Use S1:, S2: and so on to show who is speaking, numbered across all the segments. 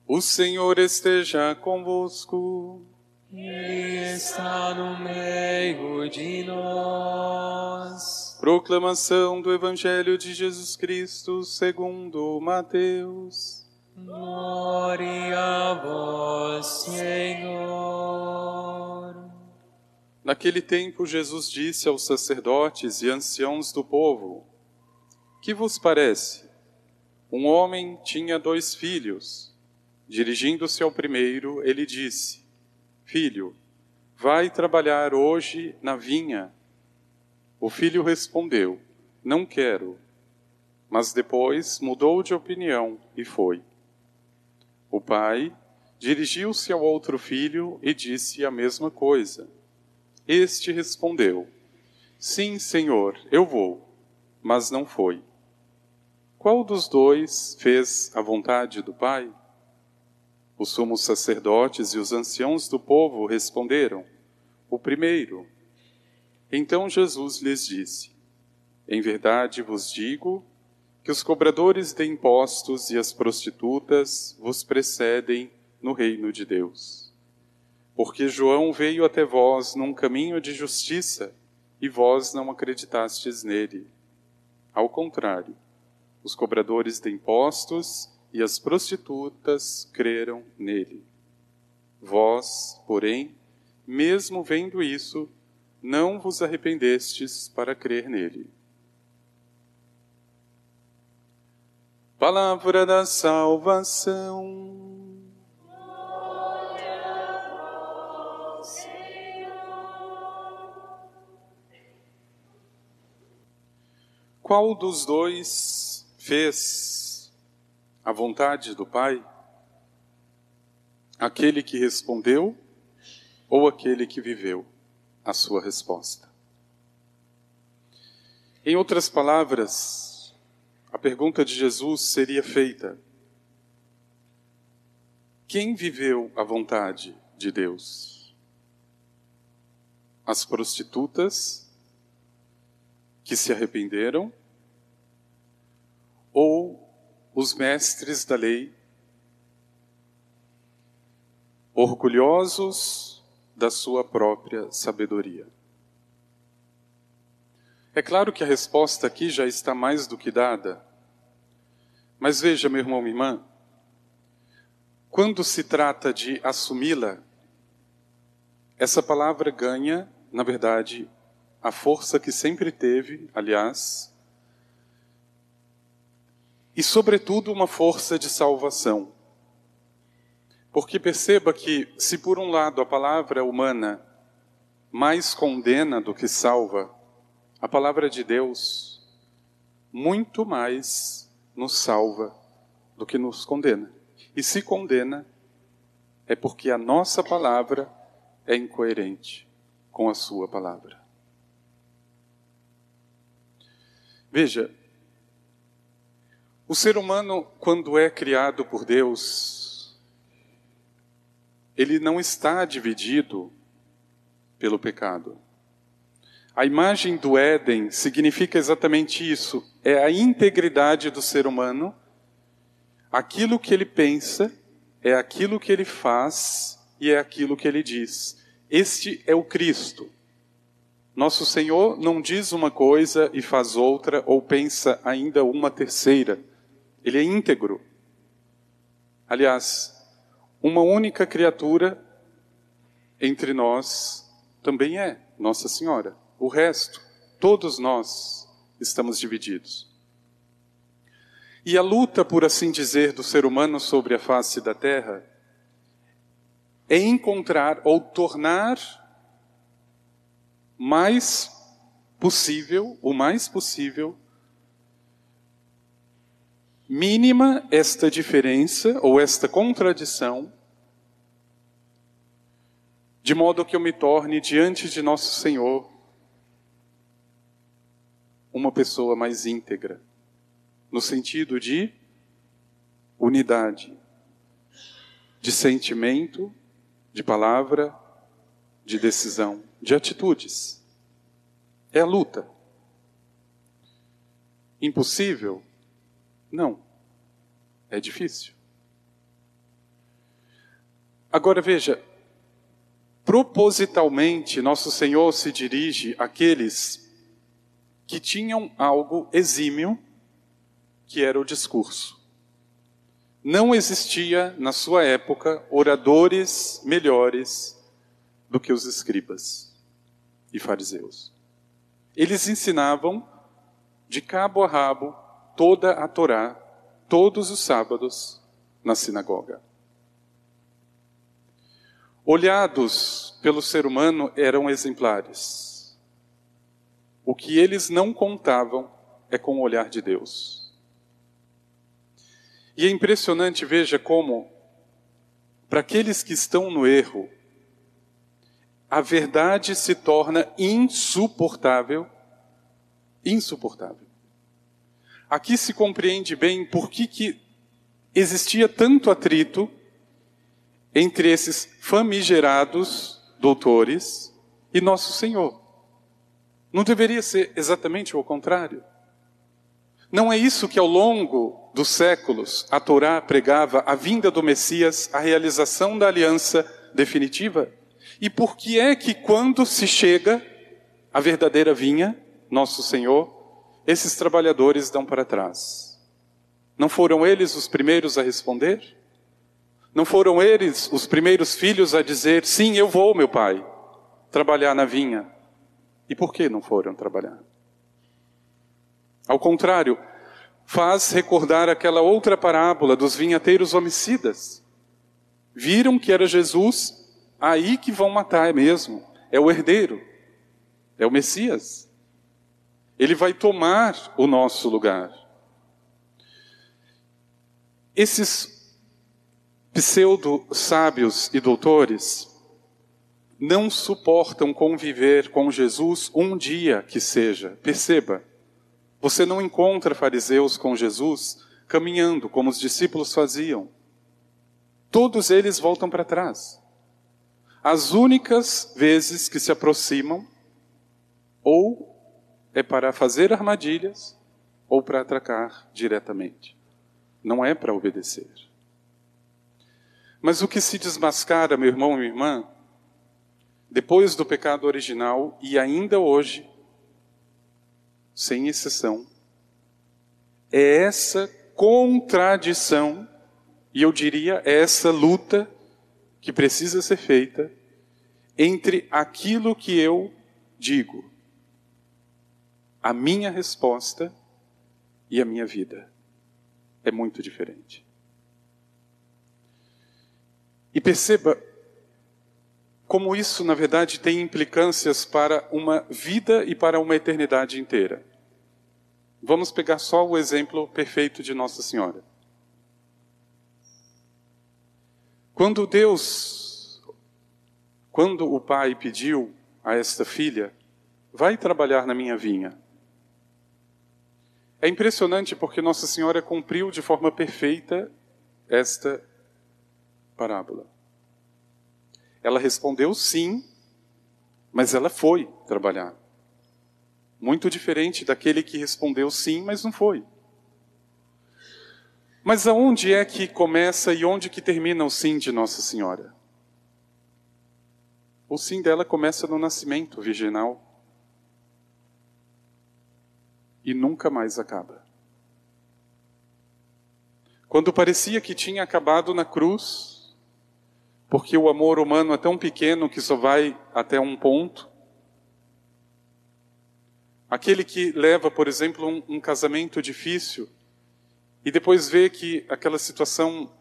S1: O Senhor esteja convosco.
S2: Ele está no meio de nós.
S1: Proclamação do Evangelho de Jesus Cristo segundo Mateus.
S2: Glória a vós, Senhor.
S1: Naquele tempo, Jesus disse aos sacerdotes e anciãos do povo: Que vos parece? Um homem tinha 2 filhos. Dirigindo-se ao primeiro, ele disse: Filho, vai trabalhar hoje na vinha. O filho respondeu: Não quero. Mas depois mudou de opinião e foi. O pai dirigiu-se ao outro filho e disse a mesma coisa. Este respondeu: Sim, Senhor, eu vou. Mas não foi. Qual dos 2 fez a vontade do pai? Os sumos sacerdotes e os anciãos do povo responderam: O primeiro. Então Jesus lhes disse: Em verdade vos digo que os cobradores de impostos e as prostitutas vos precedem no reino de Deus. Porque João veio até vós num caminho de justiça e vós não acreditastes nele. Ao contrário, os cobradores de impostos e as prostitutas creram nele. Vós, porém, mesmo vendo isso, não vos arrependestes para crer nele. Palavra da salvação.
S3: Glória a vós, Senhor.
S1: Qual dos 2 fez a vontade do Pai? Aquele que respondeu ou aquele que viveu a sua resposta? Em outras palavras, a pergunta de Jesus seria feita: quem viveu a vontade de Deus? As prostitutas que se arrependeram ou os mestres da lei, orgulhosos da sua própria sabedoria? É claro que a resposta aqui já está mais do que dada. Mas veja, meu irmão, minha irmã, quando se trata de assumi-la, essa palavra ganha, na verdade, a força que sempre teve, aliás, e sobretudo uma força de salvação. Porque perceba que, se por um lado a palavra humana mais condena do que salva, a palavra de Deus muito mais nos salva do que nos condena. E se condena, é porque a nossa palavra é incoerente com a sua palavra. Veja, o ser humano, quando é criado por Deus, ele não está dividido pelo pecado. A imagem do Éden significa exatamente isso. É a integridade do ser humano. Aquilo que ele pensa, é aquilo que ele faz e é aquilo que ele diz. Este é o Cristo. Nosso Senhor não diz uma coisa e faz outra, ou pensa ainda uma terceira. Ele é íntegro. Aliás, uma única criatura entre nós também é Nossa Senhora. O resto, todos nós, estamos divididos. E a luta, por assim dizer, do ser humano sobre a face da terra é encontrar ou tornar o mais possível, mínima esta diferença ou esta contradição, de modo que eu me torne diante de Nosso Senhor uma pessoa mais íntegra, no sentido de unidade, de sentimento, de palavra, de decisão, de atitudes. É a luta. Impossível? Não. É difícil. Agora veja, propositalmente nosso Senhor se dirige àqueles que tinham algo exímio, que era o discurso. Não existia na sua época oradores melhores do que os escribas e fariseus. Eles ensinavam de cabo a rabo toda a Torá, todos os sábados, na sinagoga. Olhados pelo ser humano, eram exemplares. O que eles não contavam é com o olhar de Deus. E é impressionante, veja como, para aqueles que estão no erro, a verdade se torna insuportável. Insuportável. Aqui se compreende bem por que existia tanto atrito entre esses famigerados doutores e nosso Senhor. Não deveria ser exatamente o contrário? Não é isso que ao longo dos séculos a Torá pregava a vinda do Messias, a realização da aliança definitiva? E por que é que quando se chega a verdadeira vinha, nosso Senhor, esses trabalhadores dão para trás? Não foram eles os primeiros a responder? Não foram eles os primeiros filhos a dizer, sim, eu vou, meu pai, trabalhar na vinha? E por que não foram trabalhar? Ao contrário, faz recordar aquela outra parábola dos vinhateiros homicidas. Viram que era Jesus, aí que vão matar mesmo. É o herdeiro, é o Messias. Ele vai tomar o nosso lugar. Esses pseudo-sábios e doutores não suportam conviver com Jesus um dia que seja. Perceba, você não encontra fariseus com Jesus caminhando como os discípulos faziam. Todos eles voltam para trás. As únicas vezes que se aproximam, ou é para fazer armadilhas, ou para atracar diretamente. Não é para obedecer. Mas o que se desmascara, meu irmão e minha irmã, depois do pecado original e ainda hoje, sem exceção, é essa contradição, e eu diria essa luta que precisa ser feita entre aquilo que eu digo, a minha resposta e a minha vida. É muito diferente. E perceba como isso, na verdade, tem implicâncias para uma vida e para uma eternidade inteira. Vamos pegar só o exemplo perfeito de Nossa Senhora. Quando o pai pediu a esta filha, vai trabalhar na minha vinha. É impressionante porque Nossa Senhora cumpriu de forma perfeita esta parábola. Ela respondeu sim, mas ela foi trabalhar. Muito diferente daquele que respondeu sim, mas não foi. Mas aonde é que começa e onde que termina o sim de Nossa Senhora? O sim dela começa no nascimento virginal e nunca mais acaba. Quando parecia que tinha acabado na cruz, porque o amor humano é tão pequeno que só vai até um ponto. Aquele que leva, por exemplo, um casamento difícil e depois vê que aquela situação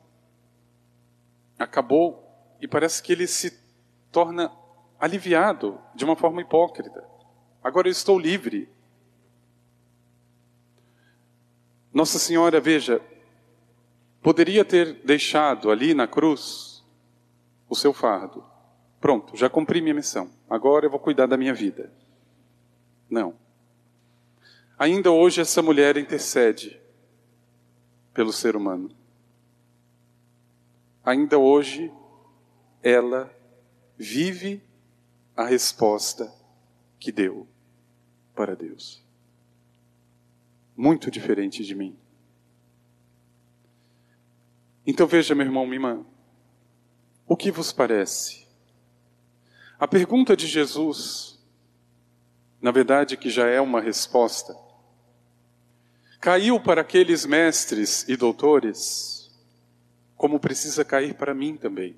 S1: acabou e parece que ele se torna aliviado de uma forma hipócrita. Agora eu estou livre. Nossa Senhora, veja, poderia ter deixado ali na cruz o seu fardo. Pronto, já cumpri minha missão. Agora eu vou cuidar da minha vida. Não. Ainda hoje essa mulher intercede pelo ser humano. Ainda hoje ela vive a resposta que deu para Deus. Muito diferente de mim. Então veja, meu irmão, minha irmã, O que vos parece? A pergunta de Jesus, na verdade que já é uma resposta, caiu para aqueles mestres e doutores, como precisa cair para mim também.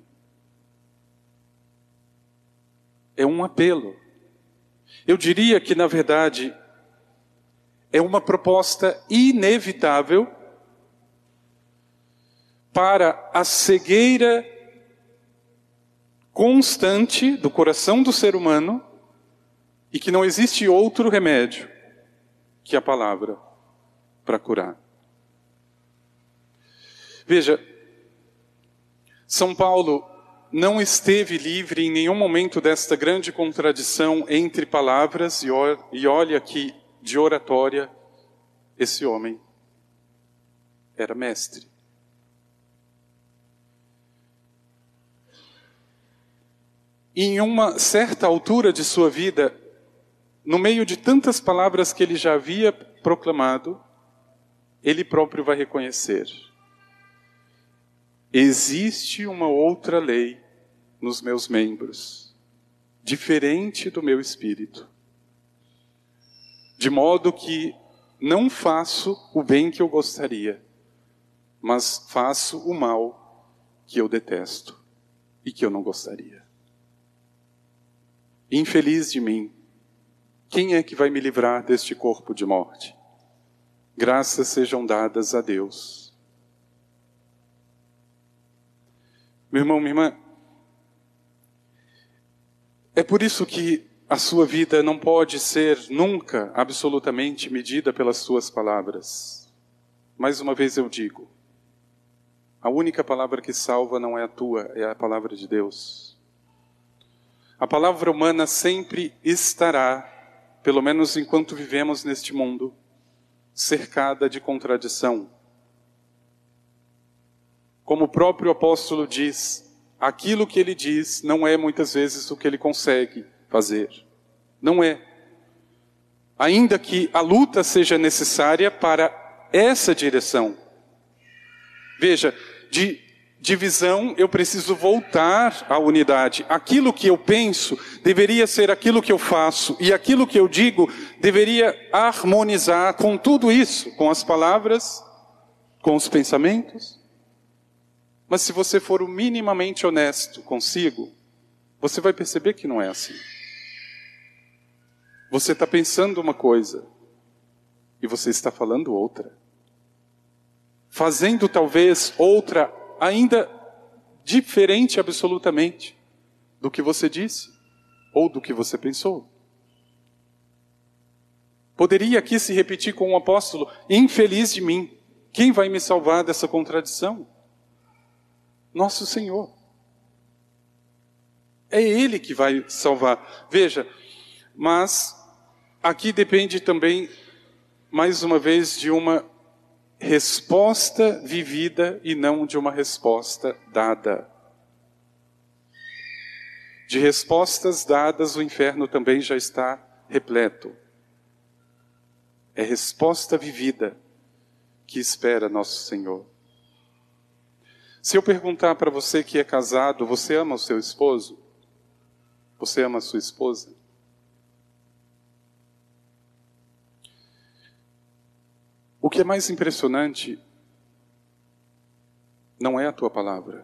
S1: É um apelo. Eu diria que, na verdade, é uma proposta inevitável para a cegueira constante do coração do ser humano e que não existe outro remédio que a palavra para curar. Veja, São Paulo não esteve livre em nenhum momento desta grande contradição entre palavras e olha que de oratória esse homem era mestre. E em uma certa altura de sua vida, no meio de tantas palavras que ele já havia proclamado, ele próprio vai reconhecer: existe uma outra lei nos meus membros, diferente do meu espírito, de modo que não faço o bem que eu gostaria, mas faço o mal que eu detesto e que eu não gostaria. Infeliz de mim, quem é que vai me livrar deste corpo de morte? Graças sejam dadas a Deus. Meu irmão, minha irmã, é por isso que a sua vida não pode ser nunca absolutamente medida pelas suas palavras. Mais uma vez eu digo, a única palavra que salva não é a tua, é a palavra de Deus. A palavra humana sempre estará, pelo menos enquanto vivemos neste mundo, cercada de contradição. Como o próprio apóstolo diz, aquilo que ele diz não é muitas vezes o que ele consegue fazer. Não é. Ainda que a luta seja necessária para essa direção. Veja, de divisão eu preciso voltar à unidade. Aquilo que eu penso deveria ser aquilo que eu faço. E aquilo que eu digo deveria harmonizar com tudo isso. Com as palavras, com os pensamentos. Mas se você for o minimamente honesto consigo, você vai perceber que não é assim. Você está pensando uma coisa e você está falando outra. Fazendo talvez outra ainda diferente absolutamente do que você disse ou do que você pensou. Poderia aqui se repetir com o apóstolo: infeliz de mim, quem vai me salvar dessa contradição? Nosso Senhor. É Ele que vai salvar. Veja, mas aqui depende também, mais uma vez, de uma resposta vivida e não de uma resposta dada. De respostas dadas, o inferno também já está repleto. É resposta vivida que espera nosso Senhor. Se eu perguntar para você que é casado, você ama o seu esposo? Você ama a sua esposa? O que é mais impressionante não é a tua palavra.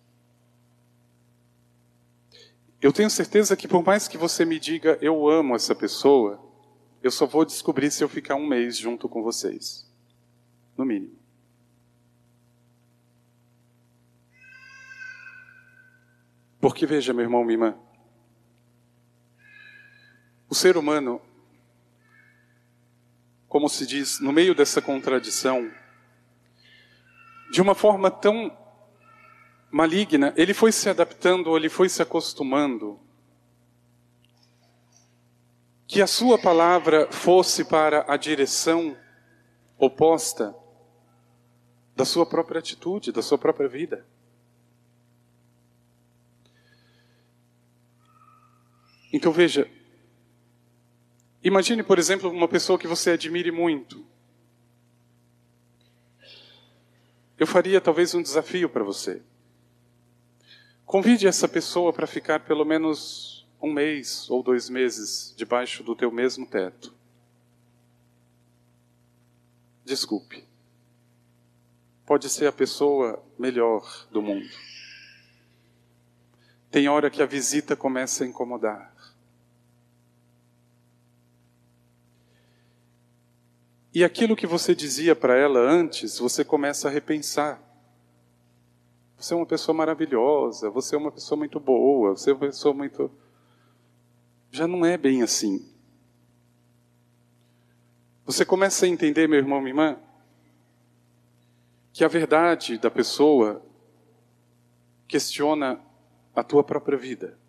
S1: Eu tenho certeza que por mais que você me diga eu amo essa pessoa, eu só vou descobrir se eu ficar um mês junto com vocês. No mínimo. Porque veja, meu irmão, minha irmã, o ser humano, como se diz, no meio dessa contradição, de uma forma tão maligna, ele foi se adaptando, ele foi se acostumando, que a sua palavra fosse para a direção oposta da sua própria atitude, da sua própria vida. Então veja, imagine, por exemplo, uma pessoa que você admire muito. Eu faria talvez um desafio para você. Convide essa pessoa para ficar pelo menos 1 mês ou 2 meses debaixo do teu mesmo teto. Desculpe. Pode ser a pessoa melhor do mundo. Tem hora que a visita começa a incomodar. E aquilo que você dizia para ela antes, você começa a repensar. Você é uma pessoa maravilhosa, você é uma pessoa muito boa, você é uma pessoa muito... Já não é bem assim. Você começa a entender, meu irmão, minha irmã, que a verdade da pessoa questiona a tua própria vida.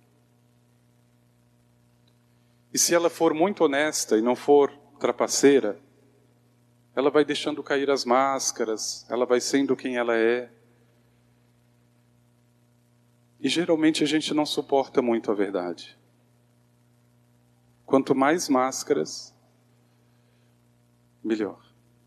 S1: E se ela for muito honesta e não for trapaceira, ela vai deixando cair as máscaras, ela vai sendo quem ela é. E geralmente a gente não suporta muito a verdade. Quanto mais máscaras, melhor.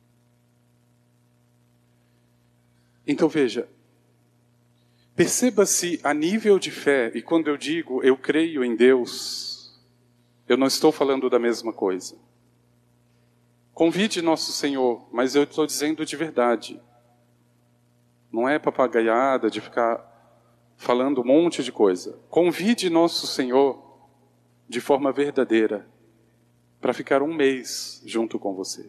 S1: Então veja, perceba-se a nível de fé, e quando eu digo eu creio em Deus, eu não estou falando da mesma coisa. Convide nosso Senhor, mas eu estou dizendo de verdade. Não é papagaiada de ficar falando um monte de coisa. Convide nosso Senhor de forma verdadeira para ficar 1 mês junto com você.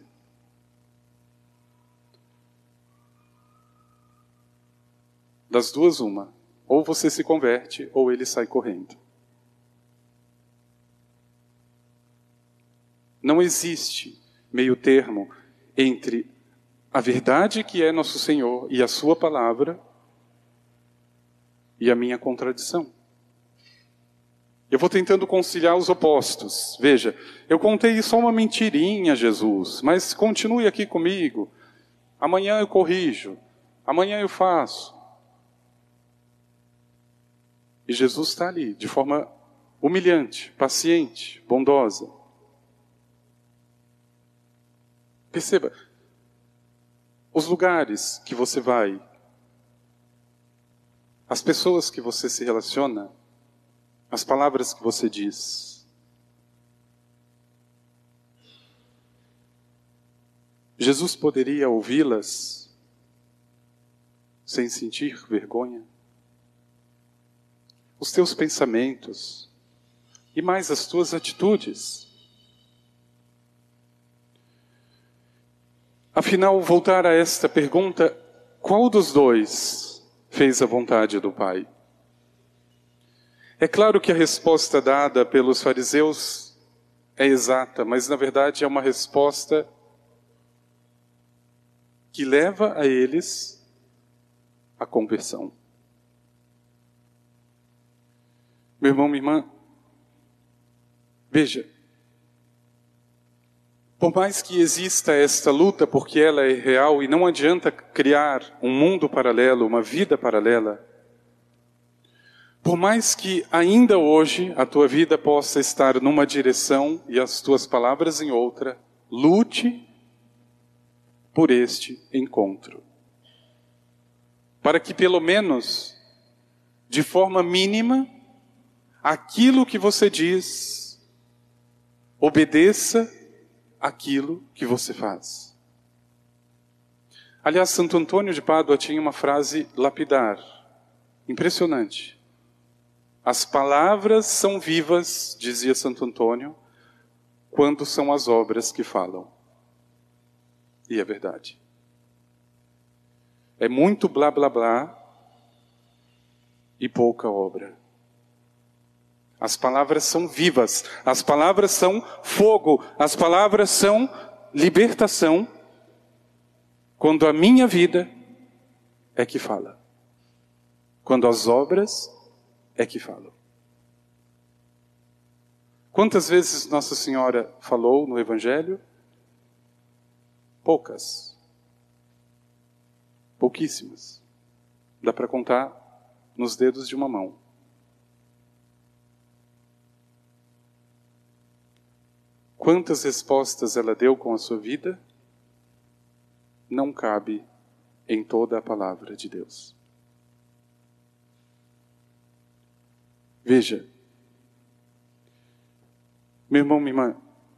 S1: Das duas, uma. Ou você se converte, ou ele sai correndo. Não existe meio termo entre a verdade que é nosso Senhor e a sua palavra e a minha contradição. Eu vou tentando conciliar os opostos. Veja, eu contei só uma mentirinha, Jesus, mas continue aqui comigo. Amanhã eu corrijo. Amanhã eu faço. E Jesus está ali, de forma humilhante, paciente, bondosa. Perceba, os lugares que você vai, as pessoas que você se relaciona, as palavras que você diz. Jesus poderia ouvi-las sem sentir vergonha? Os teus pensamentos e mais as tuas atitudes. Afinal, voltar a esta pergunta, qual dos dois fez a vontade do Pai? É claro que a resposta dada pelos fariseus é exata, mas na verdade é uma resposta que leva a eles à conversão. Meu irmão, minha irmã, veja, por mais que exista esta luta, porque ela é real e não adianta criar um mundo paralelo, uma vida paralela, por mais que ainda hoje a tua vida possa estar numa direção e as tuas palavras em outra, lute por este encontro. Para que pelo menos, de forma mínima, aquilo que você diz obedeça aquilo que você faz. Aliás, Santo Antônio de Pádua tinha uma frase lapidar, impressionante. As palavras são vivas, dizia Santo Antônio, quando são as obras que falam. E é verdade. É muito blá blá blá e pouca obra. As palavras são vivas, as palavras são fogo, as palavras são libertação, quando a minha vida é que fala. Quando as obras é que falam. Quantas vezes Nossa Senhora falou no Evangelho? Poucas. Pouquíssimas. Dá para contar nos dedos de uma mão. Quantas respostas ela deu com a sua vida? Não cabe em toda a palavra de Deus. Veja, meu irmão, minha irmã,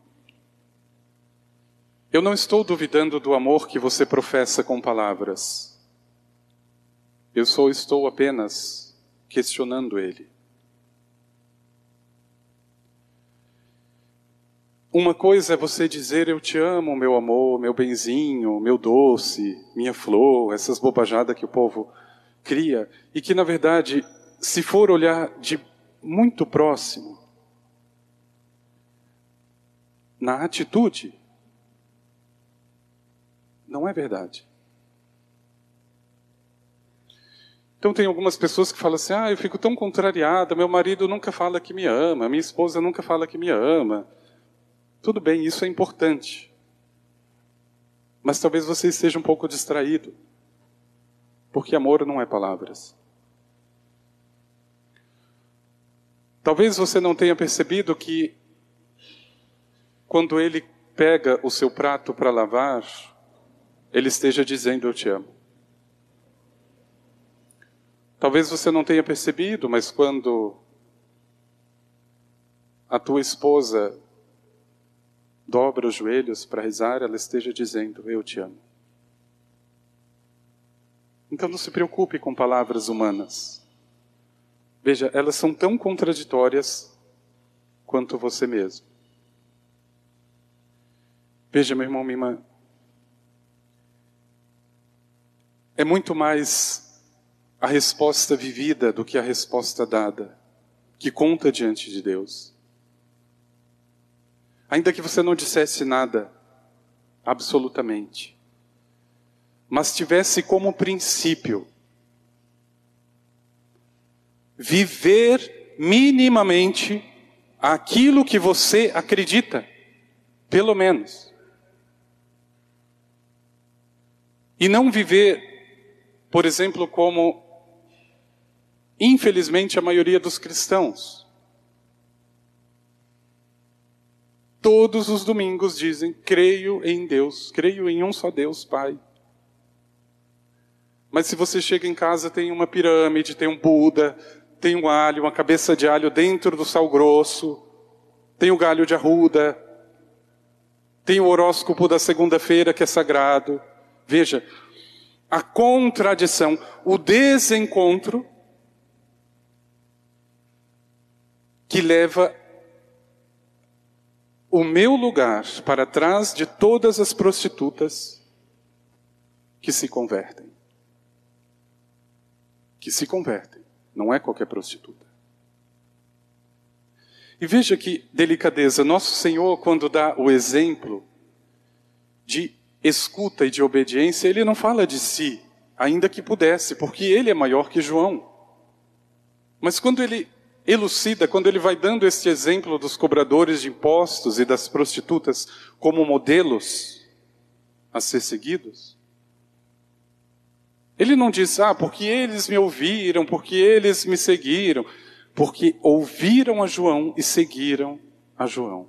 S1: eu não estou duvidando do amor que você professa com palavras. Eu só estou apenas questionando ele. Uma coisa é você dizer eu te amo, meu amor, meu benzinho, meu doce, minha flor, essas bobajadas que o povo cria, e que na verdade, se for olhar de muito próximo, na atitude, não é verdade. Então tem algumas pessoas que falam assim, eu fico tão contrariada, meu marido nunca fala que me ama, minha esposa nunca fala que me ama. Tudo bem, isso é importante. Mas talvez você esteja um pouco distraído. Porque amor não é palavras. Talvez você não tenha percebido que quando ele pega o seu prato para lavar, ele esteja dizendo eu te amo. Talvez você não tenha percebido, mas quando a tua esposa dobra os joelhos para rezar, ela esteja dizendo eu te amo. Então não se preocupe com palavras humanas. Veja, elas são tão contraditórias quanto você mesmo. Veja, meu irmão, minha irmã, é muito mais a resposta vivida do que a resposta dada, que conta diante de Deus. Ainda que você não dissesse nada, absolutamente, mas tivesse como princípio viver minimamente aquilo que você acredita, pelo menos. E não viver, por exemplo, como, infelizmente, a maioria dos cristãos. Todos os domingos dizem, creio em Deus, creio em um só Deus, Pai. Mas se você chega em casa, tem uma pirâmide, tem um Buda, tem um alho, uma cabeça de alho dentro do sal grosso, tem o galho de arruda, tem o horóscopo da segunda-feira que é sagrado. Veja, a contradição, o desencontro que leva o meu lugar para trás de todas as prostitutas que se convertem. Que se convertem, não é qualquer prostituta. E veja que delicadeza, nosso Senhor, quando dá o exemplo de escuta e de obediência, ele não fala de si, ainda que pudesse, porque ele é maior que João. Mas quando ele elucida, quando ele vai dando este exemplo dos cobradores de impostos e das prostitutas como modelos a ser seguidos, ele não diz, porque eles me ouviram, porque eles me seguiram, porque ouviram a João e seguiram a João.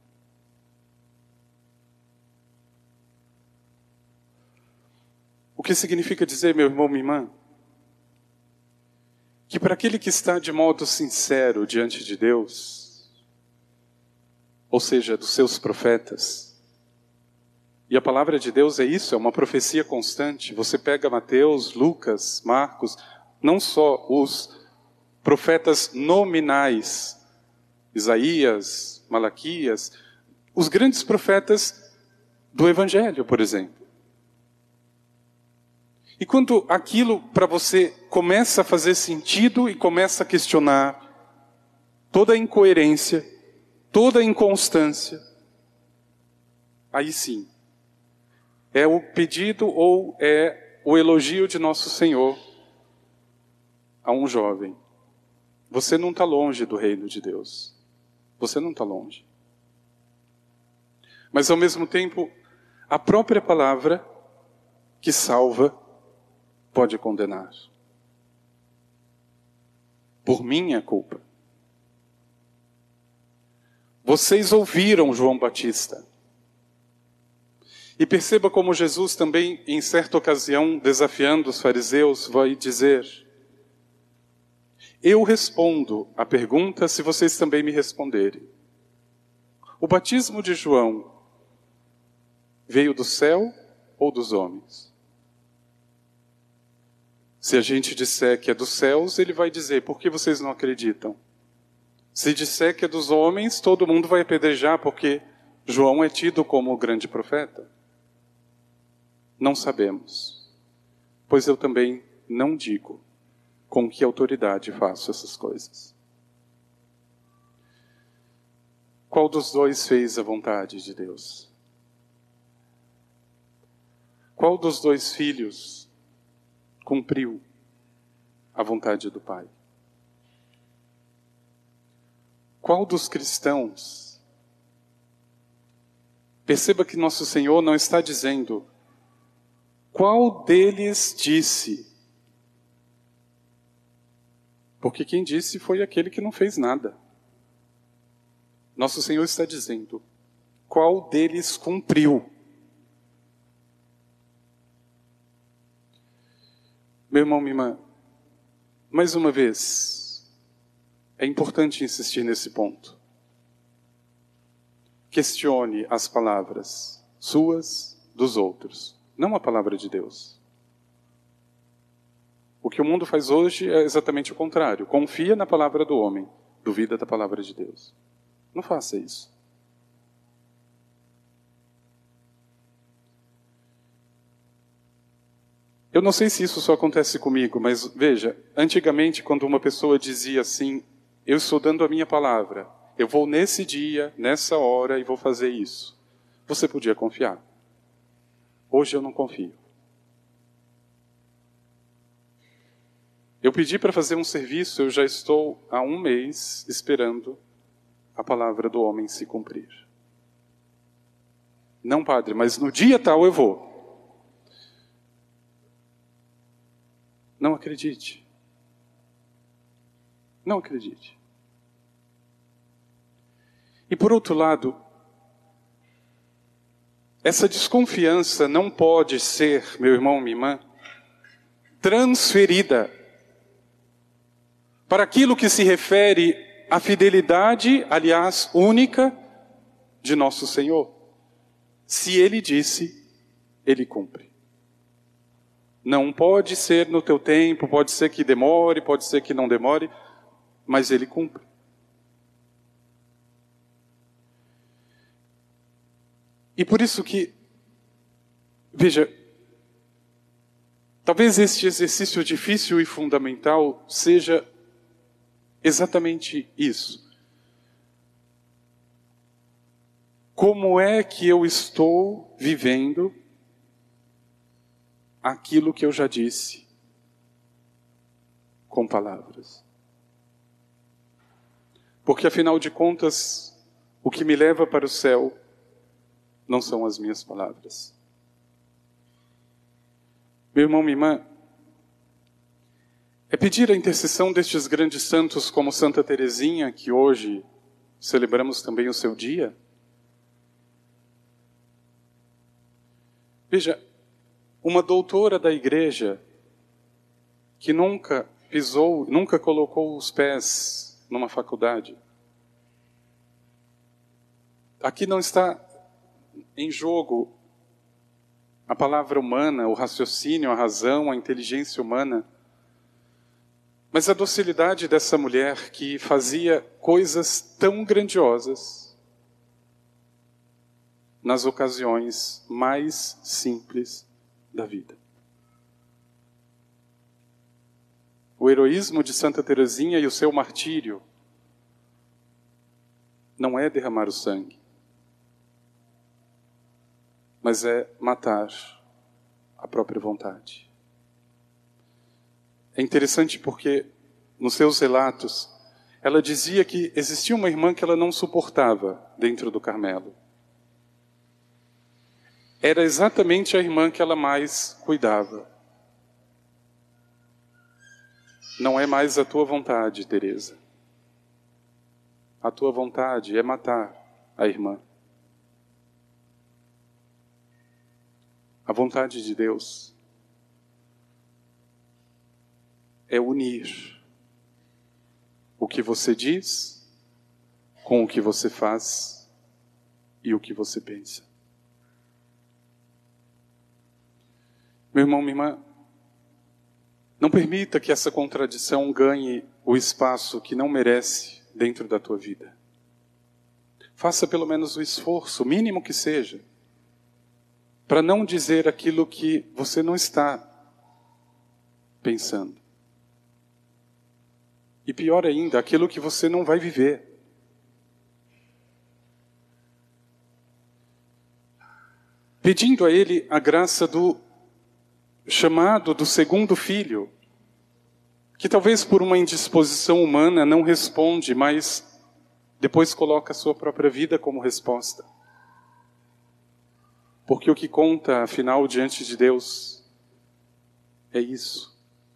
S1: O que significa dizer, meu irmão, minha irmã, que para aquele que está de modo sincero diante de Deus, ou seja, dos seus profetas, e a palavra de Deus é isso, é uma profecia constante. Você pega Mateus, Lucas, Marcos, não só os profetas nominais, Isaías, Malaquias, os grandes profetas do Evangelho, por exemplo. E quando aquilo para você começa a fazer sentido e começa a questionar toda a incoerência, toda a inconstância, aí sim, é o pedido ou é o elogio de nosso Senhor a um jovem. Você não está longe do reino de Deus. Você não está longe. Mas ao mesmo tempo, a própria palavra que salva pode condenar. Por minha culpa. Vocês ouviram João Batista. E perceba como Jesus também, em certa ocasião, desafiando os fariseus, vai dizer: eu respondo a pergunta se vocês também me responderem. O batismo de João veio do céu ou dos homens? Se a gente disser que é dos céus, ele vai dizer, por que vocês não acreditam? Se disser que é dos homens, todo mundo vai apedrejar, porque João é tido como o grande profeta. Não sabemos, pois eu também não digo com que autoridade faço essas coisas. Qual dos dois fez a vontade de Deus? Qual dos dois filhos cumpriu a vontade do Pai? Qual dos cristãos? Perceba que nosso Senhor não está dizendo qual deles disse. Porque quem disse foi aquele que não fez nada. Nosso Senhor está dizendo qual deles cumpriu. Meu irmão, minha irmã, mais uma vez, é importante insistir nesse ponto. Questione as palavras suas, dos outros, não a palavra de Deus. O que o mundo faz hoje é exatamente o contrário. Confia na palavra do homem, duvida da palavra de Deus. Não faça isso. Eu não sei se isso só acontece comigo, mas veja, antigamente quando uma pessoa dizia assim, eu estou dando a minha palavra, eu vou nesse dia, nessa hora e vou fazer isso. Você podia confiar. Hoje eu não confio. Eu pedi para fazer um serviço, eu já estou há 1 mês esperando a palavra do homem se cumprir. Não, padre, mas no dia tal eu vou. Não acredite. Não acredite. E por outro lado, essa desconfiança não pode ser, meu irmão, minha irmã, transferida para aquilo que se refere à fidelidade, aliás, única, de nosso Senhor. Se Ele disse, Ele cumpre. Não pode ser no teu tempo, pode ser que demore, pode ser que não demore, mas Ele cumpre. E por isso que, veja, talvez este exercício difícil e fundamental seja exatamente isso. Como é que eu estou vivendo aquilo que eu já disse com palavras? Porque afinal de contas, o que me leva para o céu não são as minhas palavras. Meu irmão, minha irmã, é pedir a intercessão destes grandes santos como Santa Teresinha, que hoje celebramos também o seu dia. Veja, uma doutora da igreja que nunca pisou, nunca colocou os pés numa faculdade. Aqui não está em jogo a palavra humana, o raciocínio, a razão, a inteligência humana, mas a docilidade dessa mulher que fazia coisas tão grandiosas nas ocasiões mais simples da vida. O heroísmo de Santa Teresinha e o seu martírio não é derramar o sangue, mas é matar a própria vontade. É interessante porque, nos seus relatos, ela dizia que existia uma irmã que ela não suportava dentro do Carmelo. Era exatamente a irmã que ela mais cuidava. Não é mais a tua vontade, Teresa. A tua vontade é matar a irmã. A vontade de Deus é unir, o que você diz, com o que você faz e o que você pensa. Meu irmão, minha irmã, não permita que essa contradição ganhe o espaço que não merece dentro da tua vida. Faça pelo menos o esforço, o mínimo que seja, para não dizer aquilo que você não está pensando. E pior ainda, aquilo que você não vai viver. Pedindo a Ele a graça do chamado do segundo filho, que talvez por uma indisposição humana não responde, mas depois coloca a sua própria vida como resposta. Porque o que conta, afinal, diante de Deus, é isso.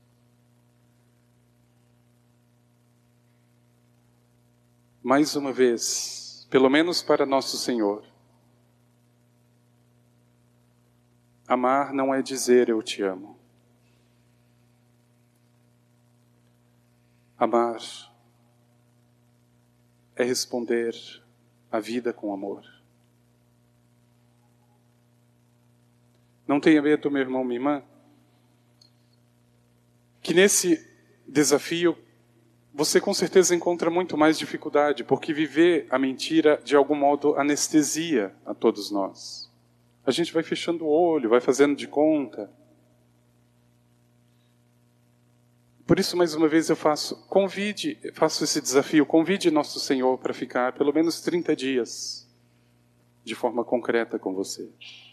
S1: Mais uma vez, pelo menos para nosso Senhor, amar não é dizer eu te amo. Amar é responder à vida com amor. Não tenha medo, meu irmão, minha irmã, que nesse desafio você com certeza encontra muito mais dificuldade, porque viver a mentira de algum modo anestesia a todos nós. A gente vai fechando o olho, vai fazendo de conta. Por isso, mais uma vez, eu faço esse desafio, convide nosso Senhor para ficar pelo menos 30 dias de forma concreta com você.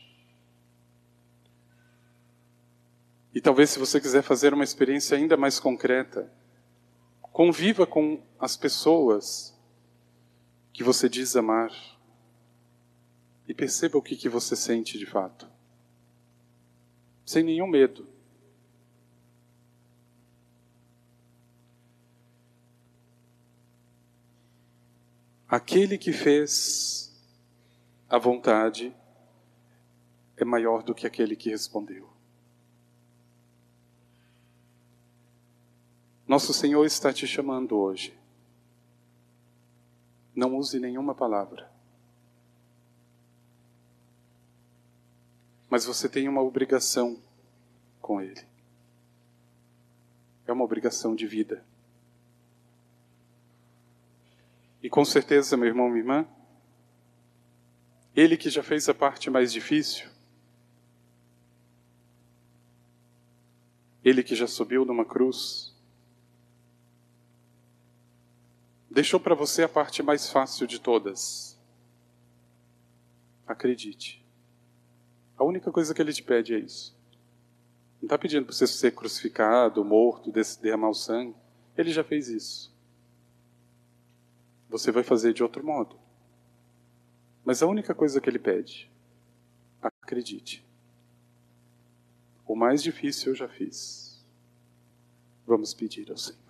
S1: E talvez, se você quiser fazer uma experiência ainda mais concreta, conviva com as pessoas que você diz amar e perceba o que você sente de fato. Sem nenhum medo. Aquele que fez a vontade é maior do que aquele que respondeu. Nosso Senhor está te chamando hoje. Não use nenhuma palavra. Mas você tem uma obrigação com Ele. É uma obrigação de vida. E com certeza, meu irmão, minha irmã, Ele que já fez a parte mais difícil, Ele que já subiu numa cruz, deixou para você a parte mais fácil de todas. Acredite. A única coisa que Ele te pede é isso. Não está pedindo para você ser crucificado, morto, derramar o sangue. Ele já fez isso. Você vai fazer de outro modo. Mas a única coisa que Ele pede, acredite. O mais difícil eu já fiz. Vamos pedir ao Senhor.